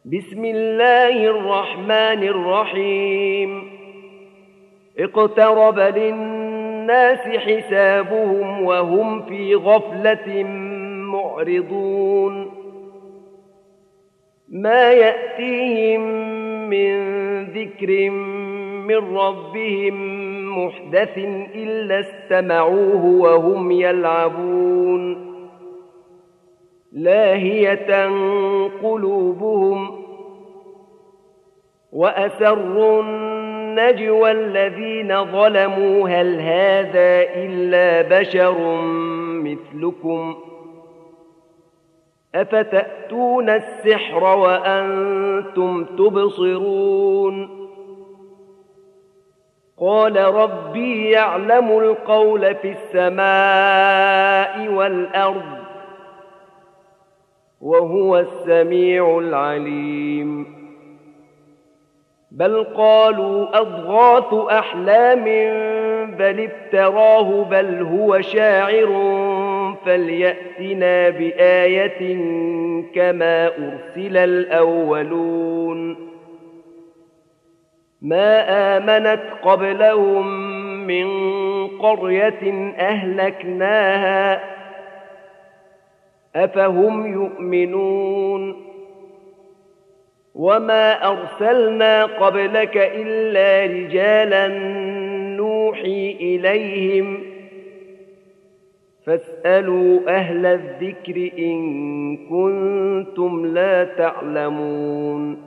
بسم الله الرحمن الرحيم اقترب للناس حسابهم وهم في غفلة معرضون ما يأتيهم من ذكر من ربهم محدث إلا استمعوه وهم يلعبون لاهية قلوبهم وأسروا النجوى الذين ظلموا هل هذا إلا بشر مثلكم أفتأتون السحر وأنتم تبصرون قال ربي يعلم القول في السماء والأرض وهو السميع العليم بل قالوا أضغاث أحلام بل افتراه بل هو شاعر فليأتنا بآية كما أرسل الأولون ما آمنت قبلهم من قرية أهلكناها أفهم يؤمنون وما أرسلنا قبلك إلا رجالا نوحي إليهم فاسألوا أهل الذكر إن كنتم لا تعلمون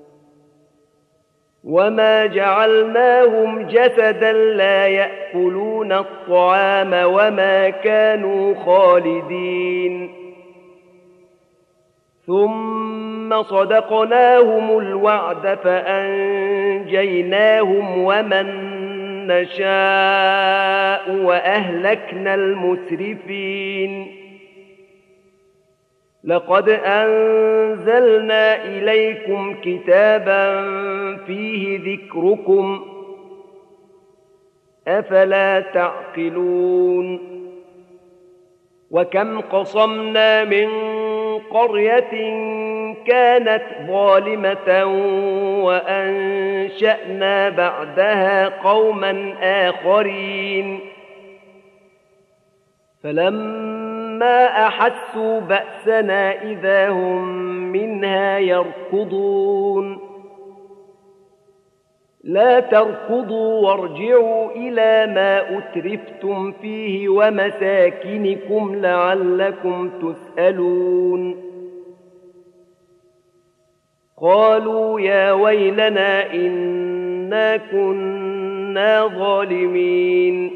وما جعلناهم جسدا لا يأكلون الطعام وما كانوا خالدين ثم صدقناهم الوعد فأنجيناهم ومن نشاء وأهلكنا المسرفين لقد أنزلنا إليكم كتابا فيه ذكركم أفلا تعقلون وكم قصمنا من قرية كانت ظالمة وأنشأنا بعدها قوما آخرين فلما أحسوا بأسنا إذا هم منها يركضون لا تركضوا وارجعوا إلى ما أترفتم فيه ومساكنكم لعلكم تسألون قالوا يا ويلنا إنا كنا ظالمين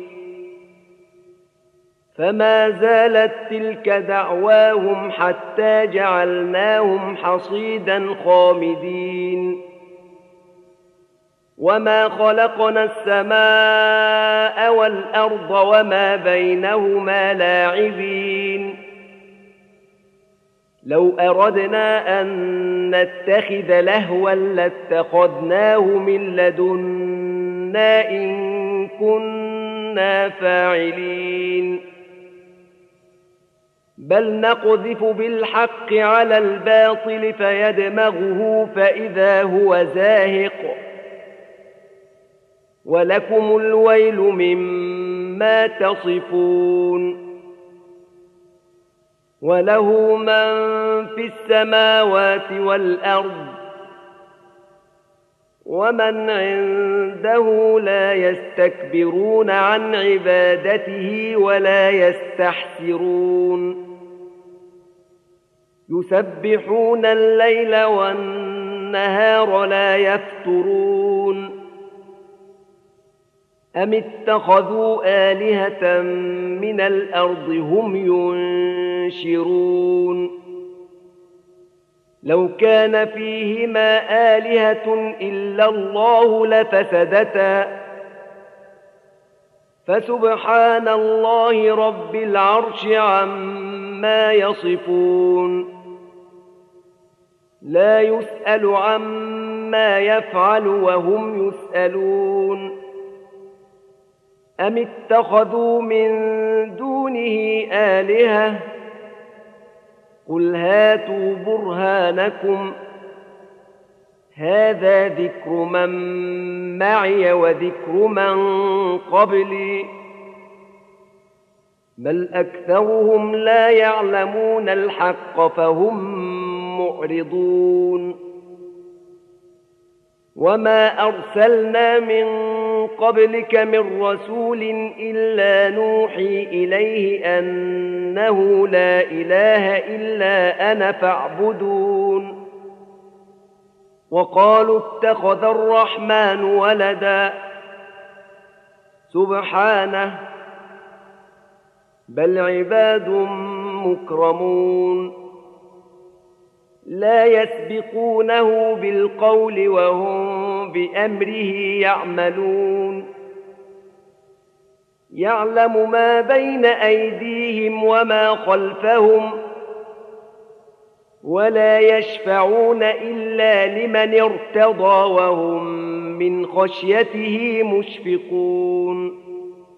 فما زالت تلك دعواهم حتى جعلناهم حصيدا خامدين وما خلقنا السماء والأرض وما بينهما لاعبين لو أردنا أن نتخذ لهوا لاتخذناه من لدنا إن كنا فاعلين بل نقذف بالحق على الباطل فيدمغه فإذا هو زاهق ولكم الويل مما تصفون وله من في السماوات والأرض ومن عنده لا يستكبرون عن عبادته ولا يستحسرون يسبحون الليل والنهار لا يفترون أم اتخذوا آلهة من الأرض هم ينشرون لو كان فيهما آلهة إلا الله لفسدتا فسبحان الله رب العرش عما يصفون لا يسأل عما يفعل وهم يسألون أم اتخذوا من دونه آلهة قل هاتوا برهانكم هذا ذكر من معي وذكر من قبلي بل أكثرهم لا يعلمون الحق فهم معرضون وما أرسلنا من قبلك من رسول إلا نوحي إليه أنه لا إله إلا أنا فاعبدون وقالوا اتخذ الرحمن ولدا سبحانه بل عباد مكرمون لا يسبقونه بالقول وهم بأمره يعملون يعلم ما بين أيديهم وما خلفهم ولا يشفعون إلا لمن ارتضى وهم من خشيته مشفقون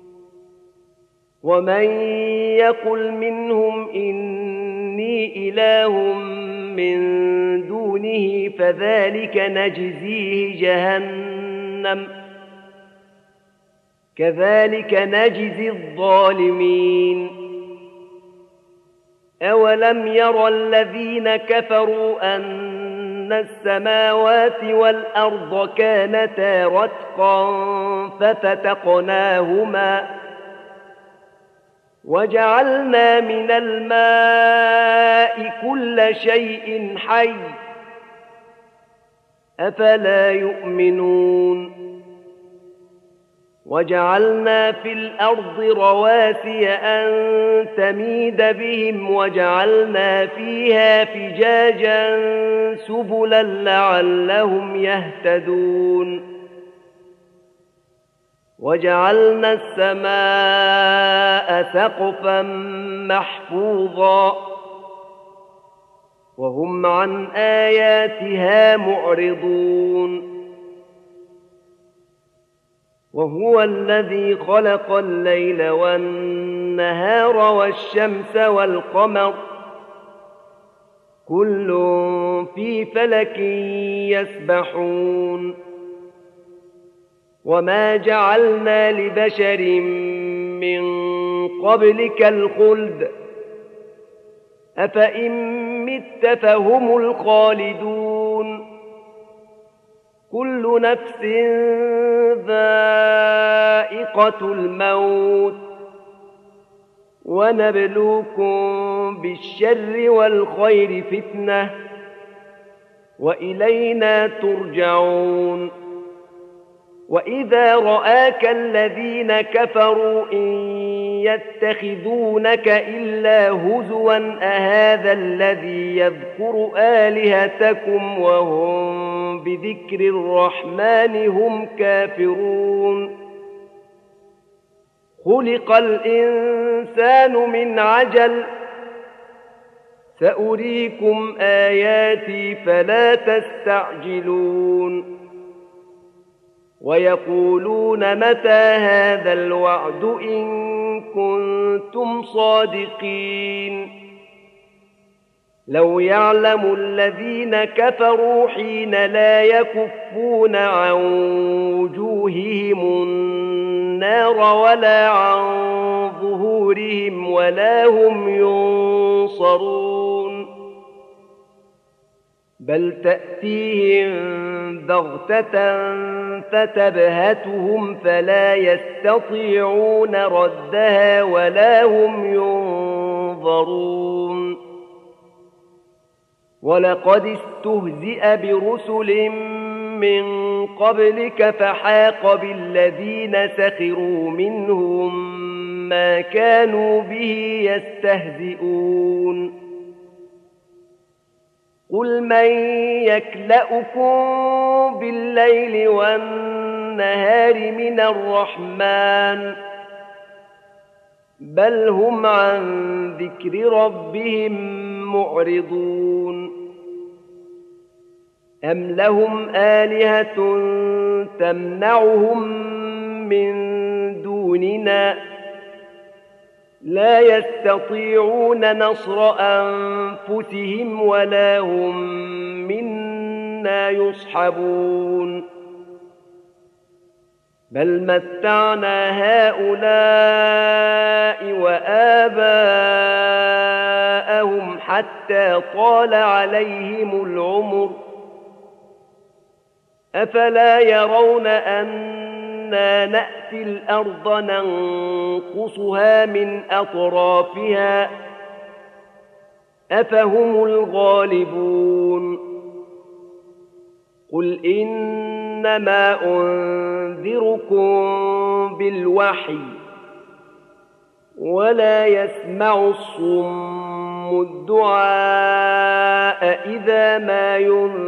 ومن يقل منهم إني إله من دونه فذلك نجزيه جهنم كذلك نجزي الظالمين أولم ير الذين كفروا أن السماوات والأرض كانتا رتقا ففتقناهما وجعلنا من الماء كل شيء حي أفلا يؤمنون وجعلنا في الأرض رواسي أن تميد بهم وجعلنا فيها فجاجا سبلا لعلهم يهتدون وجعلنا السماء سقفا محفوظا وهم عن آياتها معرضون وهو الذي خلق الليل والنهار والشمس والقمر كل في فلك يسبحون وما جعلنا لبشر من قبلك الخلد أفإن مت فهم الخالدون كل نفس ذائقة الموت ونبلوكم بالشر والخير فتنة وإلينا ترجعون وإذا رآك الذين كفروا إن يتخذونك إلا هزوا أهذا الذي يذكر آلهتكم وهم بذكر الرحمن هم كافرون خلق الإنسان من عجل سأريكم آياتي فلا تستعجلون ويقولون متى هذا الوعد إن كنتم صادقين لو يعلم الذين كفروا حين لا يكفون عن وجوههم النار ولا عن ظهورهم ولا هم ينصرون بل تأتيهم بغتة فتبهتهم فلا يستطيعون ردها ولا هم ينظرون ولقد استهزئ برسل من قبلك فحاق بالذين سخروا منهم ما كانوا به يستهزئون قل من يكلأكم بالليل والنهار من الرحمن بل هم عن ذكر ربهم معرضون أم لهم آلهة تمنعهم من دوننا لا يستطيعون نصر أنفسهم ولا هم منا أنا يصحبون بل متعنا هؤلاء وآباءهم حتى طال عليهم العمر أفلا يرون أنا نأتي الأرض ننقصها من أطرافها أفهم الغالبون قل إنما أنذركم بالوحي ولا يسمع الصم الدعاء إذا ما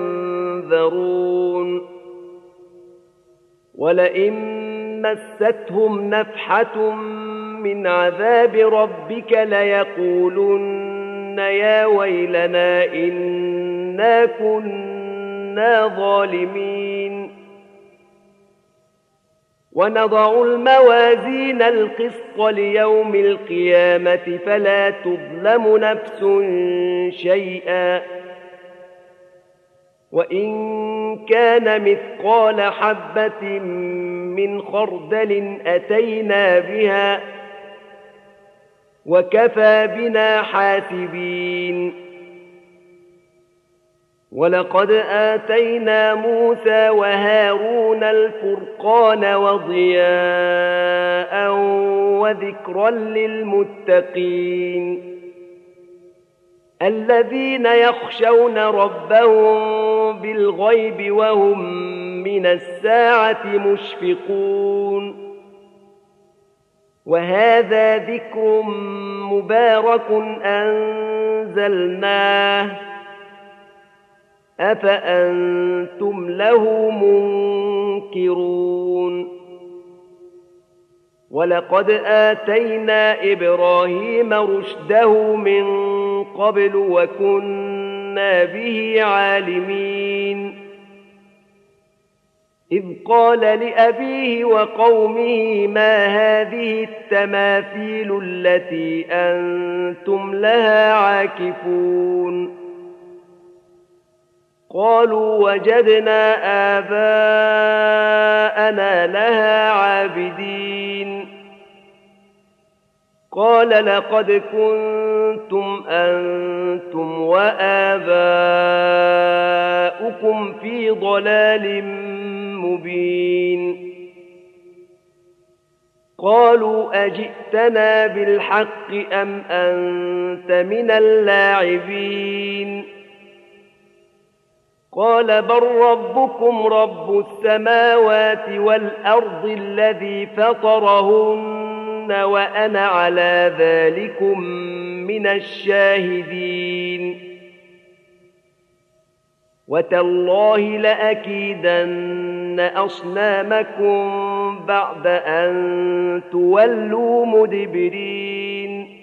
ينذرون ولئن مستهم نفحة من عذاب ربك ليقولن يا ويلنا إنا كنا ظالمين ونضع الموازين القسط ليوم القيامة فلا تظلم نفس شيئا وإن كان مثقال حبة من خردل أتينا بها وكفى بنا حاسبين ولقد آتينا موسى وهارون الفرقان وضياء وذكرا للمتقين الذين يخشون ربهم بالغيب وهم من الساعة مشفقون وهذا ذكر مبارك أنزلناه أفأنتم له منكرون ولقد آتينا إبراهيم رشده من قبل وكنا به عالمين إذ قال لأبيه وقومه ما هذه التماثيل التي أنتم لها عاكفون قالوا وجدنا آباءنا لها عابدين قال لقد كنتم أنتم وآباؤكم في ضلال مبين قالوا أجئتنا بالحق أم أنت من اللاعبين قال بل ربكم رب السماوات والأرض الذي فطرهن وأنا على ذلكم من الشاهدين وتالله لأكيدن أصنامكم بعد أن تولوا مدبرين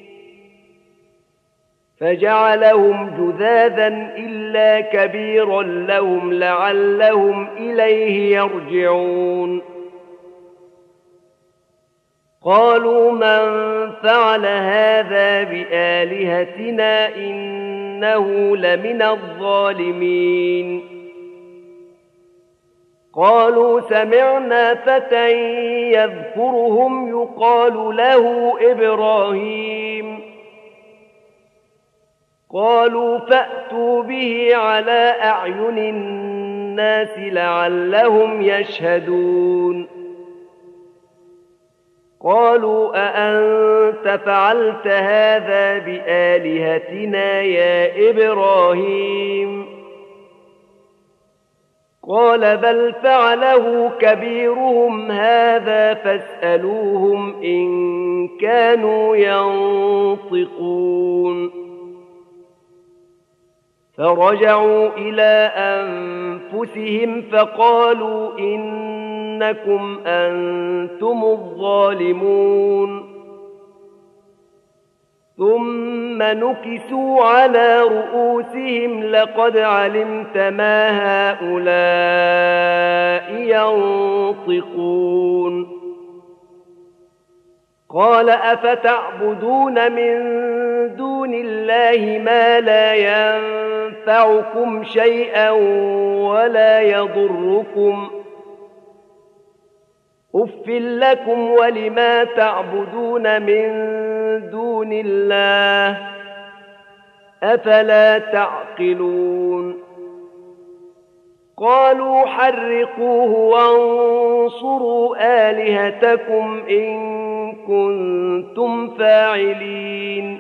فجعلهم جذاذا إلا كبيرا لهم لعلهم إليه يرجعون قالوا من فعل هذا بآلهتنا إنه لمن الظالمين قالوا سمعنا فتى يذكرهم يقال له إبراهيم قالوا فأتوا به على أعين الناس لعلهم يشهدون قالوا أأنت فعلت هذا بآلهتنا يا إبراهيم قال بل فعله كبيرهم هذا فاسألوهم إن كانوا ينطقون فرجعوا إلى أنفسهم فقالوا إنكم أنتم الظالمون ثم نكسوا على رؤوسهم لقد علمت ما هؤلاء ينطقون قال أفتعبدون من دون الله ما لا ينفعكم شيئا ولا يضركم أف لكم ولما تعبدون من دون الله أفلا تعقلون قالوا حرقوه وانصروا آلهتكم إن كنتم فاعلين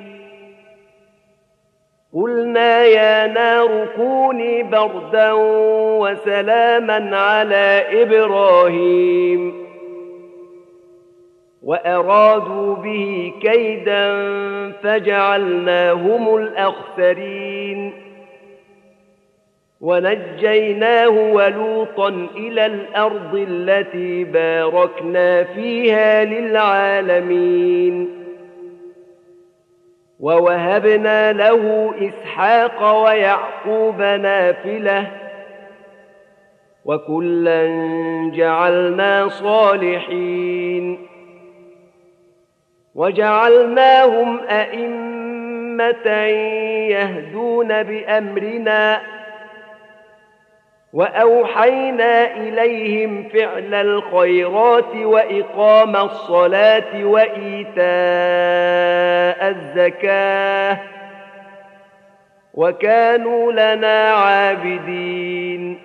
قلنا يا نار كوني بردا وسلاما على إبراهيم وأرادوا به كيدا فجعلناهم الأخسرين ونجيناه ولوطا إلى الأرض التي باركنا فيها للعالمين ووهبنا له إسحاق ويعقوب نافلة وكلا جعلنا صالحين وجعلناهم أئمة يهدون بأمرنا وأوحينا إليهم فعل الخيرات وإقام الصلاة وإيتاء الزكاة وكانوا لنا عابدين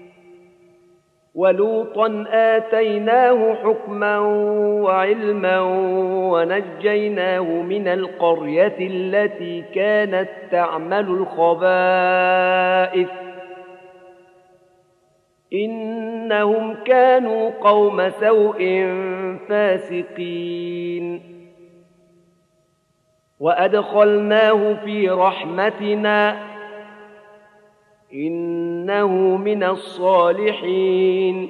ولوطا آتيناه حكما وعلما ونجيناه من القرية التي كانت تعمل الخبائث إنهم كانوا قوم سوء فاسقين وأدخلناه في رحمتنا إنه من الصالحين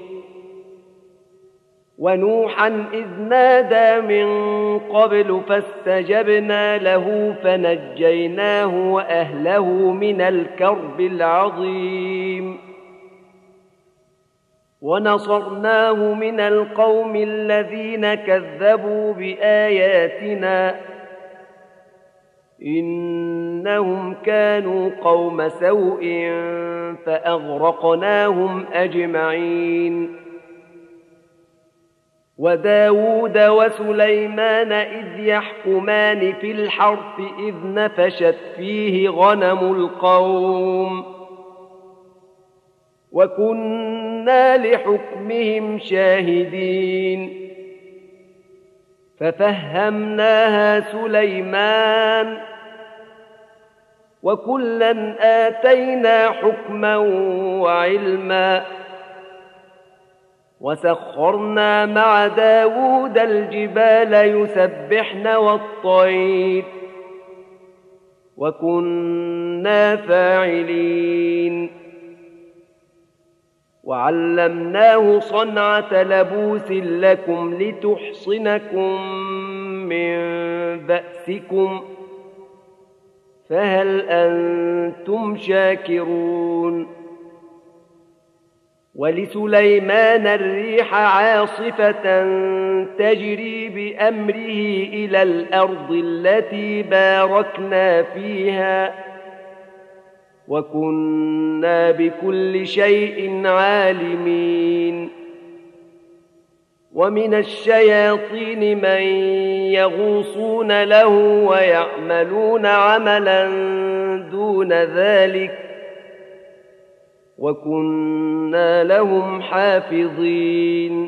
ونوحا إذ نادى من قبل فاستجبنا له فنجيناه وأهله من الكرب العظيم ونصرناه من القوم الذين كذبوا بآياتنا إنهم كانوا قوم سوء فأغرقناهم أجمعين وداود وسليمان إذ يحكمان في الحرث إذ نفشت فيه غنم القوم وكنا لحكمهم شاهدين ففهمناها سليمان وكلا آتينا حكما وعلما وسخرنا مع داود الجبال يسبحن والطير وكنا فاعلين وعلمناه صنعة لبوس لكم لتحصنكم من بأسكم فهل أنتم شاكرون ولسليمان الريح عاصفة تجري بأمره إلى الأرض التي باركنا فيها وكنا بكل شيء عالمين ومن الشياطين من يغوصون له ويعملون عملا دون ذلك وكنا لهم حافظين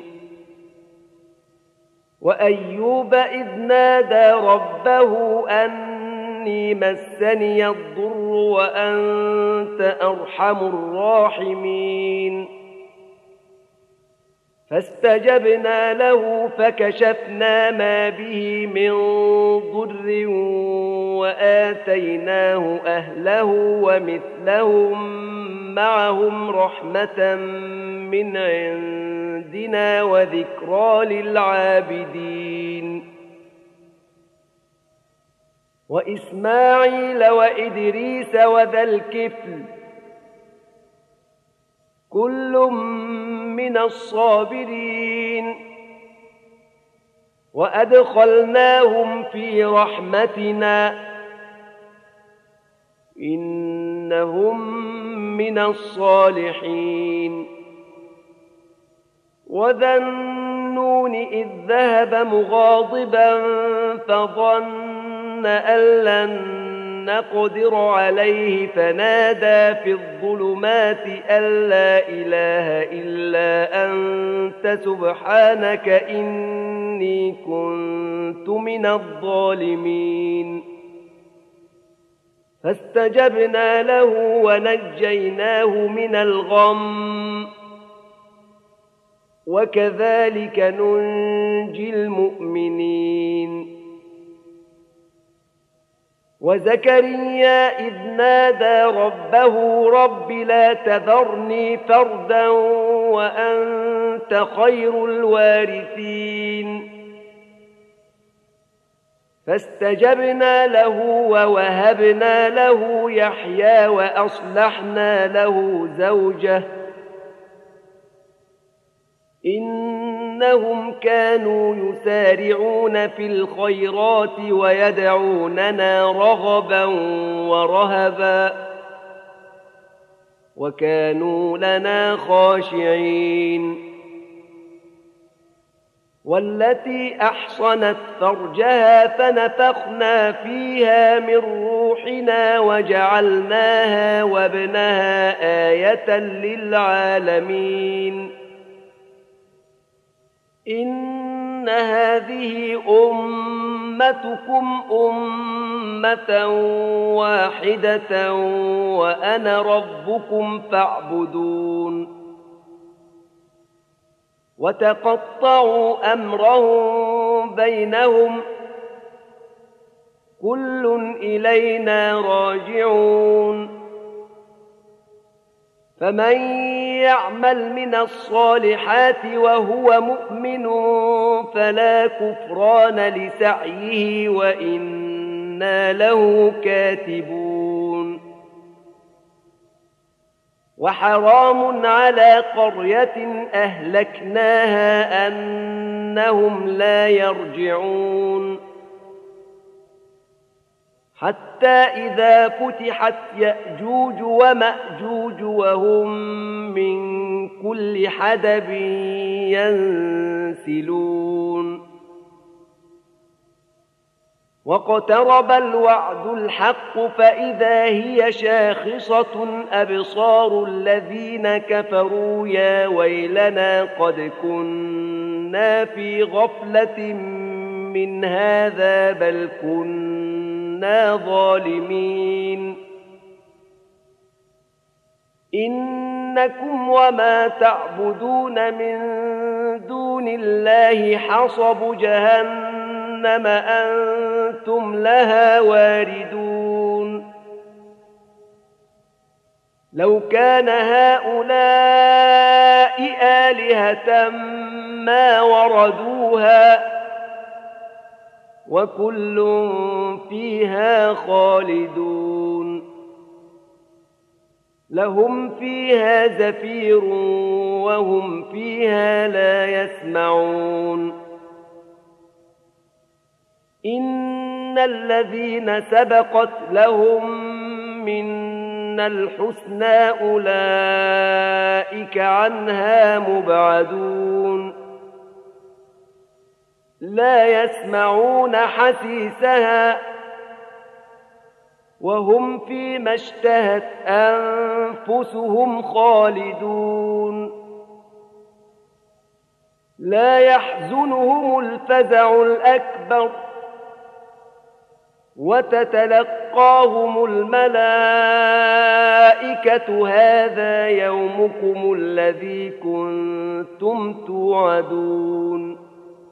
وأيوب إذ نادى ربه أني مسني الضر وأنت أرحم الراحمين فاستجبنا له فكشفنا ما به من ضر وآتيناه أهله ومثلهم معهم رحمة من عندنا وذكرى للعابدين وإسماعيل وإدريس وذا الكفل كل من الصابرين وأدخلناهم في رحمتنا إنهم من الصالحين وذا النون إذ ذهب مغاضبا فظن أن لن نقدر عليه فنادى في الظلمات أن لا إله إلا أنت سبحانك إني كنت من الظالمين فاستجبنا له ونجيناه من الغم وكذلك ننجي المؤمنين وزكريا إذ نادى ربه رب لا تذرني فردا وأنت خير الوارثين فاستجبنا له ووهبنا له يحيى وأصلحنا له زوجه إنهم كانوا يسارعون في الخيرات ويدعوننا رغبا ورهبا وكانوا لنا خاشعين والتي أحصنت فرجها فنفخنا فيها من روحنا وجعلناها وابنها آية للعالمين إن هذه أمتكم أمة واحدة وأنا ربكم فاعبدون وتقطعوا أمرهم بينهم كل إلينا راجعون فمن يعمل من الصالحات وهو مؤمن فلا كفران لسعيه وإنا له كاتبون وحرام على قرية أهلكناها أنهم لا يرجعون حتى إذا فتحت يأجوج ومأجوج وهم من كل حدب ينسلون واقترب الوعد الحق فإذا هي شاخصة أبصار الذين كفروا يا ويلنا قد كنا في غفلة من هذا بل كنا ظالمين إنكم وما تعبدون من دون الله حصب جهنم أنتم لها واردون لو كان هؤلاء آلهة ما وردوها وكل فيها خالدون لهم فيها زفير وهم فيها لا يسمعون إن الذين سبقت لهم منا الحسنى أولئك عنها مبعدون لا يسمعون حسيسها وهم فيما اشتهت أنفسهم خالدون لا يحزنهم الفزع الأكبر وتتلقاهم الملائكة هذا يومكم الذي كنتم توعدون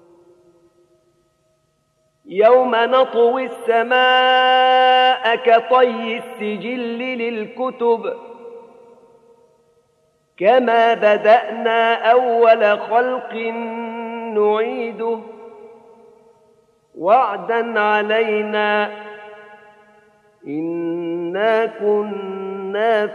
يوم نطوي السماء كطي السجل للكتب كما بدأنا أول خلق نعيده وعدا علينا إنا كنا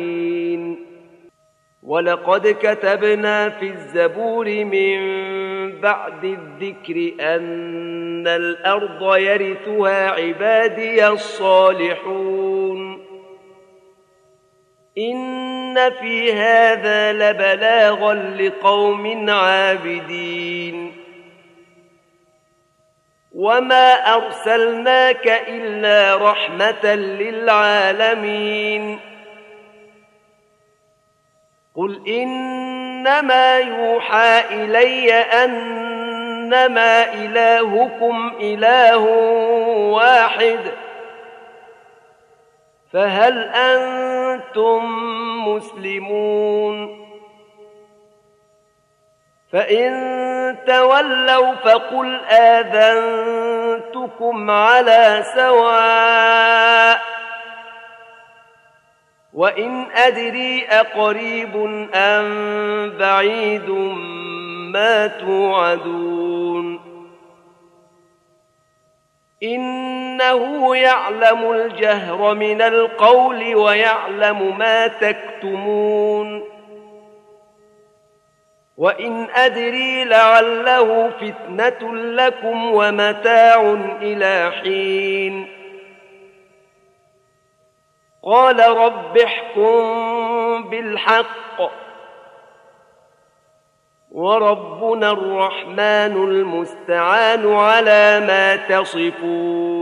فاعلين ولقد كتبنا في الزبور من بعد الذكر أن الأرض يرثها عبادي الصالحون إن في هذا لبلاغا لقوم عابدين وما أرسلناك إلا رحمة للعالمين قل إنما يوحى إلي أنما إلهكم إله واحد فهل أنتم مسلمون فإن تولوا فقل آذنتكم على سواء وإن أدري أقريب أم بعيد ما توعدون إنه يعلم الجهر من القول ويعلم ما تكتمون وإن أدري لعله فتنة لكم ومتاع إلى حين قال رب احكم بالحق وربنا الرحمن المستعان على ما تصفون